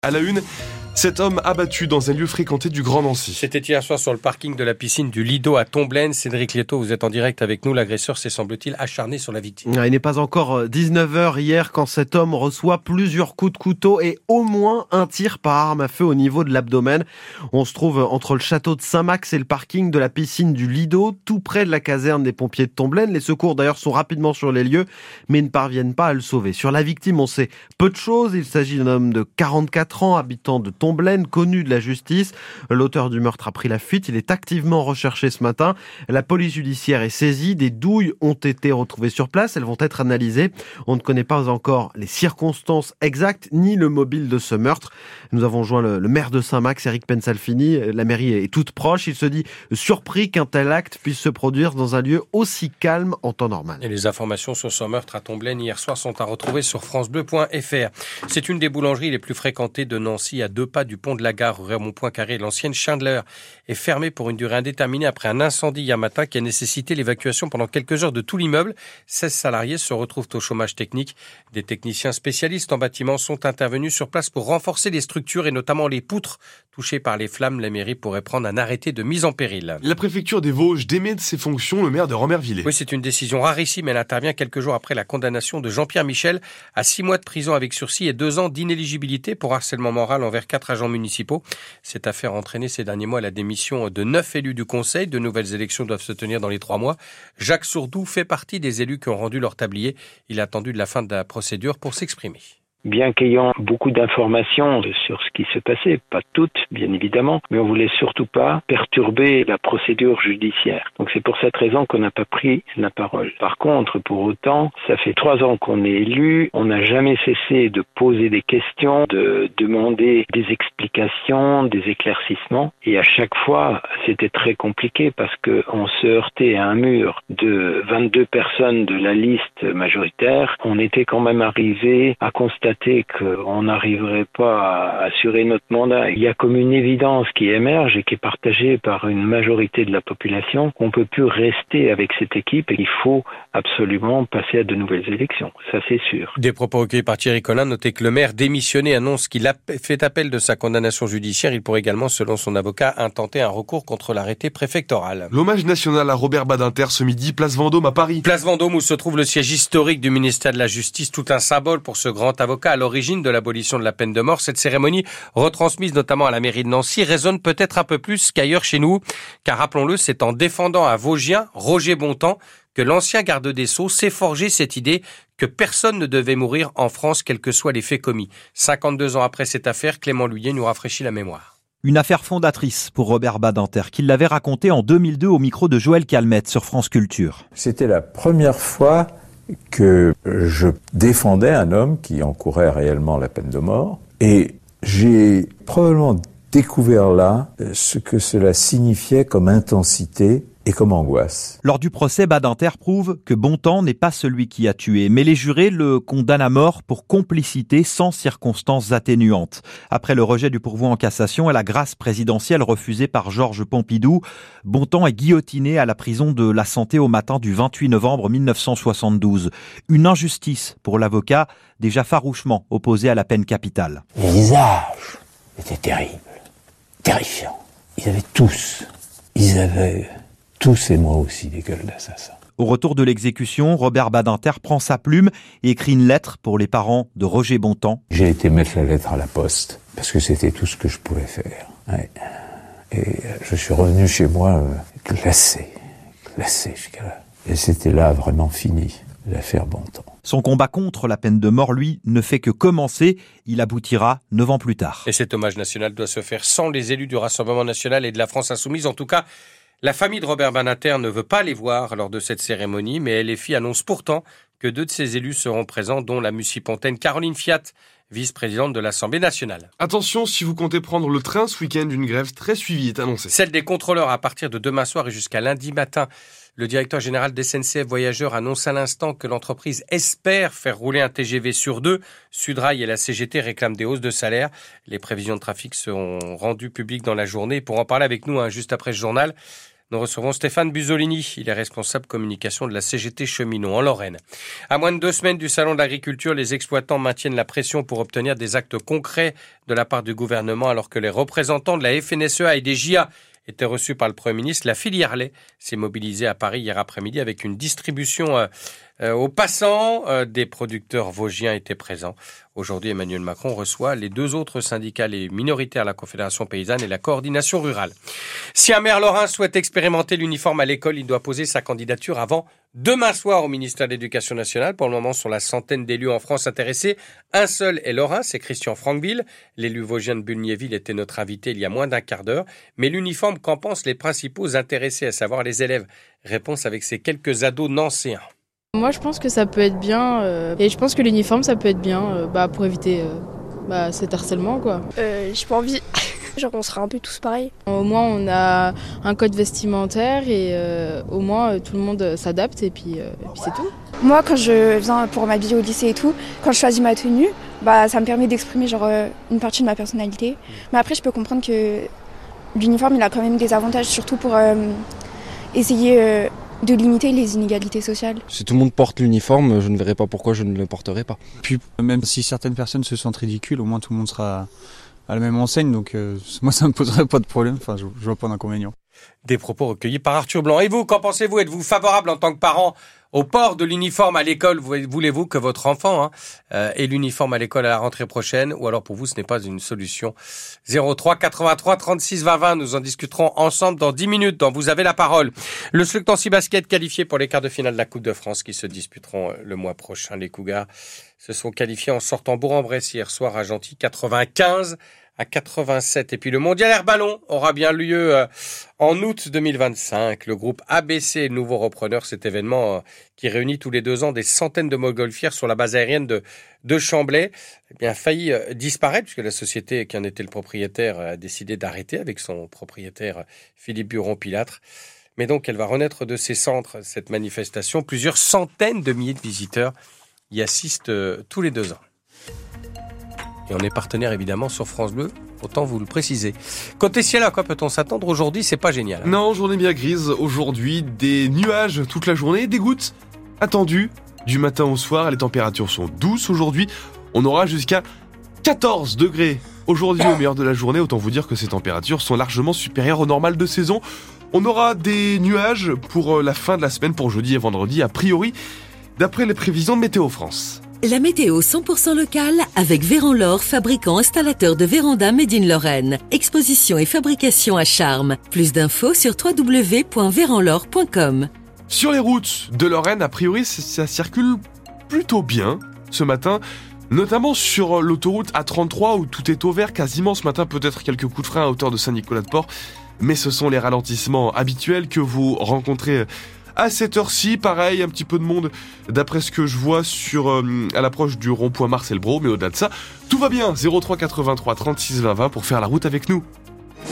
À la une, cet homme abattu dans un lieu fréquenté du Grand Nancy. C'était hier soir sur le parking de la piscine du Lido à Tomblaine. Cédric Lietto, vous êtes en direct avec nous. L'agresseur s'est, semble-t-il, acharné sur la victime. Il n'est pas encore 19h hier quand cet homme reçoit plusieurs coups de couteau et au moins un tir par arme à feu au niveau de l'abdomen. On se trouve entre le château de Saint-Max et le parking de la piscine du Lido, tout près de la caserne des pompiers de Tomblaine. Les secours d'ailleurs sont rapidement sur les lieux, mais ne parviennent pas à le sauver. Sur la victime, on sait peu de choses. Il s'agit d'un homme de 44 ans, habitant de Tomblaine, connu de la justice. L'auteur du meurtre a pris la fuite. Il est activement recherché ce matin. La police judiciaire est saisie. Des douilles ont été retrouvées sur place. Elles vont être analysées. On ne connaît pas encore les circonstances exactes ni le mobile de ce meurtre. Nous avons joint le maire de Saint-Max, Eric Pensalfini. La mairie est toute proche. Il se dit surpris qu'un tel acte puisse se produire dans un lieu aussi calme en temps normal. Et les informations sur ce meurtre à Tomblaine hier soir sont à retrouver sur francebleu.fr. C'est une des boulangeries les plus fréquentées de Nancy, à 2 pas du pont de la gare, Raymond-Poincaré. L'ancienne Chandler est fermée pour une durée indéterminée après un incendie hier matin qui a nécessité l'évacuation pendant quelques heures de tout l'immeuble. 16 salariés se retrouvent au chômage technique. Des techniciens spécialistes en bâtiment sont intervenus sur place pour renforcer les structures et notamment les poutres touchées par les flammes. La mairie pourrait prendre un arrêté de mise en péril. La préfecture des Vosges démet de ses fonctions le maire de Romervillers. Oui, c'est une décision rarissime. Elle intervient quelques jours après la condamnation de Jean-Pierre Michel à 6 mois de prison avec sursis et 2 ans d'inéligibilité pour harcèlement moral envers 4 agents municipaux. Cette affaire a entraîné ces derniers mois la démission de 9 élus du conseil. De nouvelles élections doivent se tenir dans les 3 mois. Jacques Sourdou fait partie des élus qui ont rendu leur tablier. Il a attendu de la fin de la procédure pour s'exprimer. Bien qu'ayant beaucoup d'informations sur ce qui se passait, pas toutes bien évidemment, mais on voulait surtout pas perturber la procédure judiciaire. Donc c'est pour cette raison qu'on n'a pas pris la parole. Par contre, pour autant, ça fait 3 ans qu'on est élu, on n'a jamais cessé de poser des questions, de demander des explications, des éclaircissements, et à chaque fois c'était très compliqué parce que on se heurtait à un mur de 22 personnes de la liste majoritaire. On était quand même arrivé à constater qu'on n'arriverait pas à assurer notre mandat. Il y a comme une évidence qui émerge et qui est partagée par une majorité de la population qu'on ne peut plus rester avec cette équipe et qu'il faut absolument passer à de nouvelles élections. Ça, c'est sûr. Des propos recueillis par Thierry Collin. Notez que le maire démissionné annonce qu'il a fait appel de sa condamnation judiciaire. Il pourrait également, selon son avocat, intenter un recours contre l'arrêté préfectoral. L'hommage national à Robert Badinter ce midi, place Vendôme à Paris. Place Vendôme où se trouve le siège historique du ministère de la Justice. Tout un symbole pour ce grand avocat à l'origine de l'abolition de la peine de mort. Cette cérémonie, retransmise notamment à la mairie de Nancy, résonne peut-être un peu plus qu'ailleurs chez nous, car rappelons-le, c'est en défendant un Vosgien, Roger Bontemps, que l'ancien garde des Sceaux s'est forgé cette idée que personne ne devait mourir en France, quels que soient les faits commis. 52 ans après cette affaire, Clément Lhuillier nous rafraîchit la mémoire. Une affaire fondatrice pour Robert Badinter, qui l'avait raconté en 2002 au micro de Joël Calmette sur France Culture. C'était la première fois que je défendais un homme qui encourait réellement la peine de mort. Et j'ai probablement découvert là ce que cela signifiait comme intensité et comme angoisse. Lors du procès, Badinter prouve que Bontemps n'est pas celui qui a tué, mais les jurés le condamnent à mort pour complicité sans circonstances atténuantes. Après le rejet du pourvoi en cassation et la grâce présidentielle refusée par Georges Pompidou, Bontemps est guillotiné à la prison de la Santé au matin du 28 novembre 1972. Une injustice pour l'avocat, déjà farouchement opposé à la peine capitale. Les visages étaient terribles, terrifiants. Ils avaient tous et moi aussi, des gueules d'assassins. Au retour de l'exécution, Robert Badinter prend sa plume et écrit une lettre pour les parents de Roger Bontemps. J'ai été mettre la lettre à la poste, parce que c'était tout ce que je pouvais faire. Ouais. Et je suis revenu chez moi glacé jusqu'à là. Et c'était là vraiment fini, l'affaire Bontemps. Son combat contre la peine de mort, lui, ne fait que commencer. Il aboutira 9 ans plus tard. Et cet hommage national doit se faire sans les élus du Rassemblement national et de la France insoumise. En tout cas, la famille de Robert Badinter ne veut pas les voir lors de cette cérémonie, mais LFI annonce pourtant que 2 de ses élus seront présents, dont la musipontaine Caroline Fiat, vice-présidente de l'Assemblée nationale. Attention, si vous comptez prendre le train ce week-end, une grève très suivie est annoncée. Celle des contrôleurs à partir de demain soir et jusqu'à lundi matin. Le directeur général d'SNCF Voyageurs annonce à l'instant que l'entreprise espère faire rouler un TGV sur 2. Sudrail et la CGT réclament des hausses de salaire. Les prévisions de trafic seront rendues publiques dans la journée. Pour en parler avec nous, juste après ce journal, Nous recevons Stéphane Busolini. Il est responsable communication de la CGT Cheminot en Lorraine. À moins de 2 semaines du salon de l'agriculture, les exploitants maintiennent la pression pour obtenir des actes concrets de la part du gouvernement, alors que les représentants de la FNSEA et des JA étaient reçus par le Premier ministre. La filière lait s'est mobilisée à Paris hier après-midi avec une distribution aux passants. Des producteurs vosgiens étaient présents. Aujourd'hui, Emmanuel Macron reçoit les 2 autres syndicats, les minoritaires, la Confédération paysanne et la Coordination rurale. Si un maire lorrain souhaite expérimenter l'uniforme à l'école, il doit poser sa candidature avant demain soir au ministère de l'Éducation nationale. Pour le moment, sur la centaine d'élus en France intéressés, un seul est lorrain, c'est Christian Franqueville. L'élu vosgien de Bulgnéville était notre invité il y a moins d'un quart d'heure. Mais l'uniforme, qu'en pensent les principaux intéressés, à savoir les élèves? Réponse avec ces quelques ados nancéens. Moi, je pense que ça peut être bien, et je pense que l'uniforme, ça peut être bien pour éviter cet harcèlement, quoi. J'ai pas envie. Genre, on sera un peu tous pareils. Au moins, on a un code vestimentaire et au moins, tout le monde s'adapte et puis c'est tout. Moi, quand je viens pour m'habiller au lycée et tout, quand je choisis ma tenue, ça me permet d'exprimer une partie de ma personnalité. Mais après, je peux comprendre que l'uniforme, il a quand même des avantages, surtout pour essayer de limiter les inégalités sociales. Si tout le monde porte l'uniforme, je ne verrai pas pourquoi je ne le porterai pas. Puis même si certaines personnes se sentent ridicules, au moins tout le monde sera à la même enseigne, donc moi ça ne me poserait pas de problème, je vois pas d'inconvénient. Des propos recueillis par Arthur Blanc. Et vous, qu'en pensez-vous? Êtes-vous favorable en tant que parent au port de l'uniforme à l'école? Voulez-vous que votre enfant ait l'uniforme à l'école à la rentrée prochaine? Ou alors pour vous, ce n'est pas une solution? 03 83 36 20 20, nous en discuterons ensemble dans 10 minutes dans Vous avez la parole. Le Sluc-Nancy Basket qualifié pour les quarts de finale de la Coupe de France qui se disputeront le mois prochain. Les Cougars se sont qualifiés en sortant Bourg-en-Bresse hier soir à Gentilly, 95 à 87. Et puis le mondial air ballon aura bien lieu en août 2025. Le groupe ABC, nouveau repreneur, cet événement qui réunit tous les 2 ans des centaines de montgolfières sur la base aérienne de Chamblay, a failli disparaître puisque la société qui en était le propriétaire a décidé d'arrêter avec son propriétaire Philippe Buron-Pilâtre. Mais donc elle va renaître de ses cendres, cette manifestation. Plusieurs centaines de milliers de visiteurs y assistent tous les 2 ans. Et on est partenaire évidemment sur France Bleu, autant vous le préciser. Côté ciel, à quoi peut-on s'attendre aujourd'hui? C'est pas génial. Non, journée bien grise. Aujourd'hui, des nuages toute la journée, des gouttes attendues du matin au soir. Les températures sont douces aujourd'hui. On aura jusqu'à 14 degrés aujourd'hui au meilleur de la journée. Autant vous dire que ces températures sont largement supérieures au normal de saison. On aura des nuages pour la fin de la semaine, pour jeudi et vendredi, a priori, d'après les prévisions de Météo France. La météo 100% locale avec Véran-Lor, fabricant installateur de véranda Made in Lorraine. Exposition et fabrication à Charmes. Plus d'infos sur www.veranlor.com. Sur les routes de Lorraine, a priori, ça circule plutôt bien ce matin, notamment sur l'autoroute A33 où tout est au vert quasiment ce matin, peut-être quelques coups de frein à hauteur de Saint-Nicolas-de-Port, mais ce sont les ralentissements habituels que vous rencontrez à cette heure-ci. Pareil, un petit peu de monde d'après ce que je vois à l'approche du rond-point Marcel Brault, mais au-delà de ça, tout va bien. 03 83 36 20 20 pour faire la route avec nous.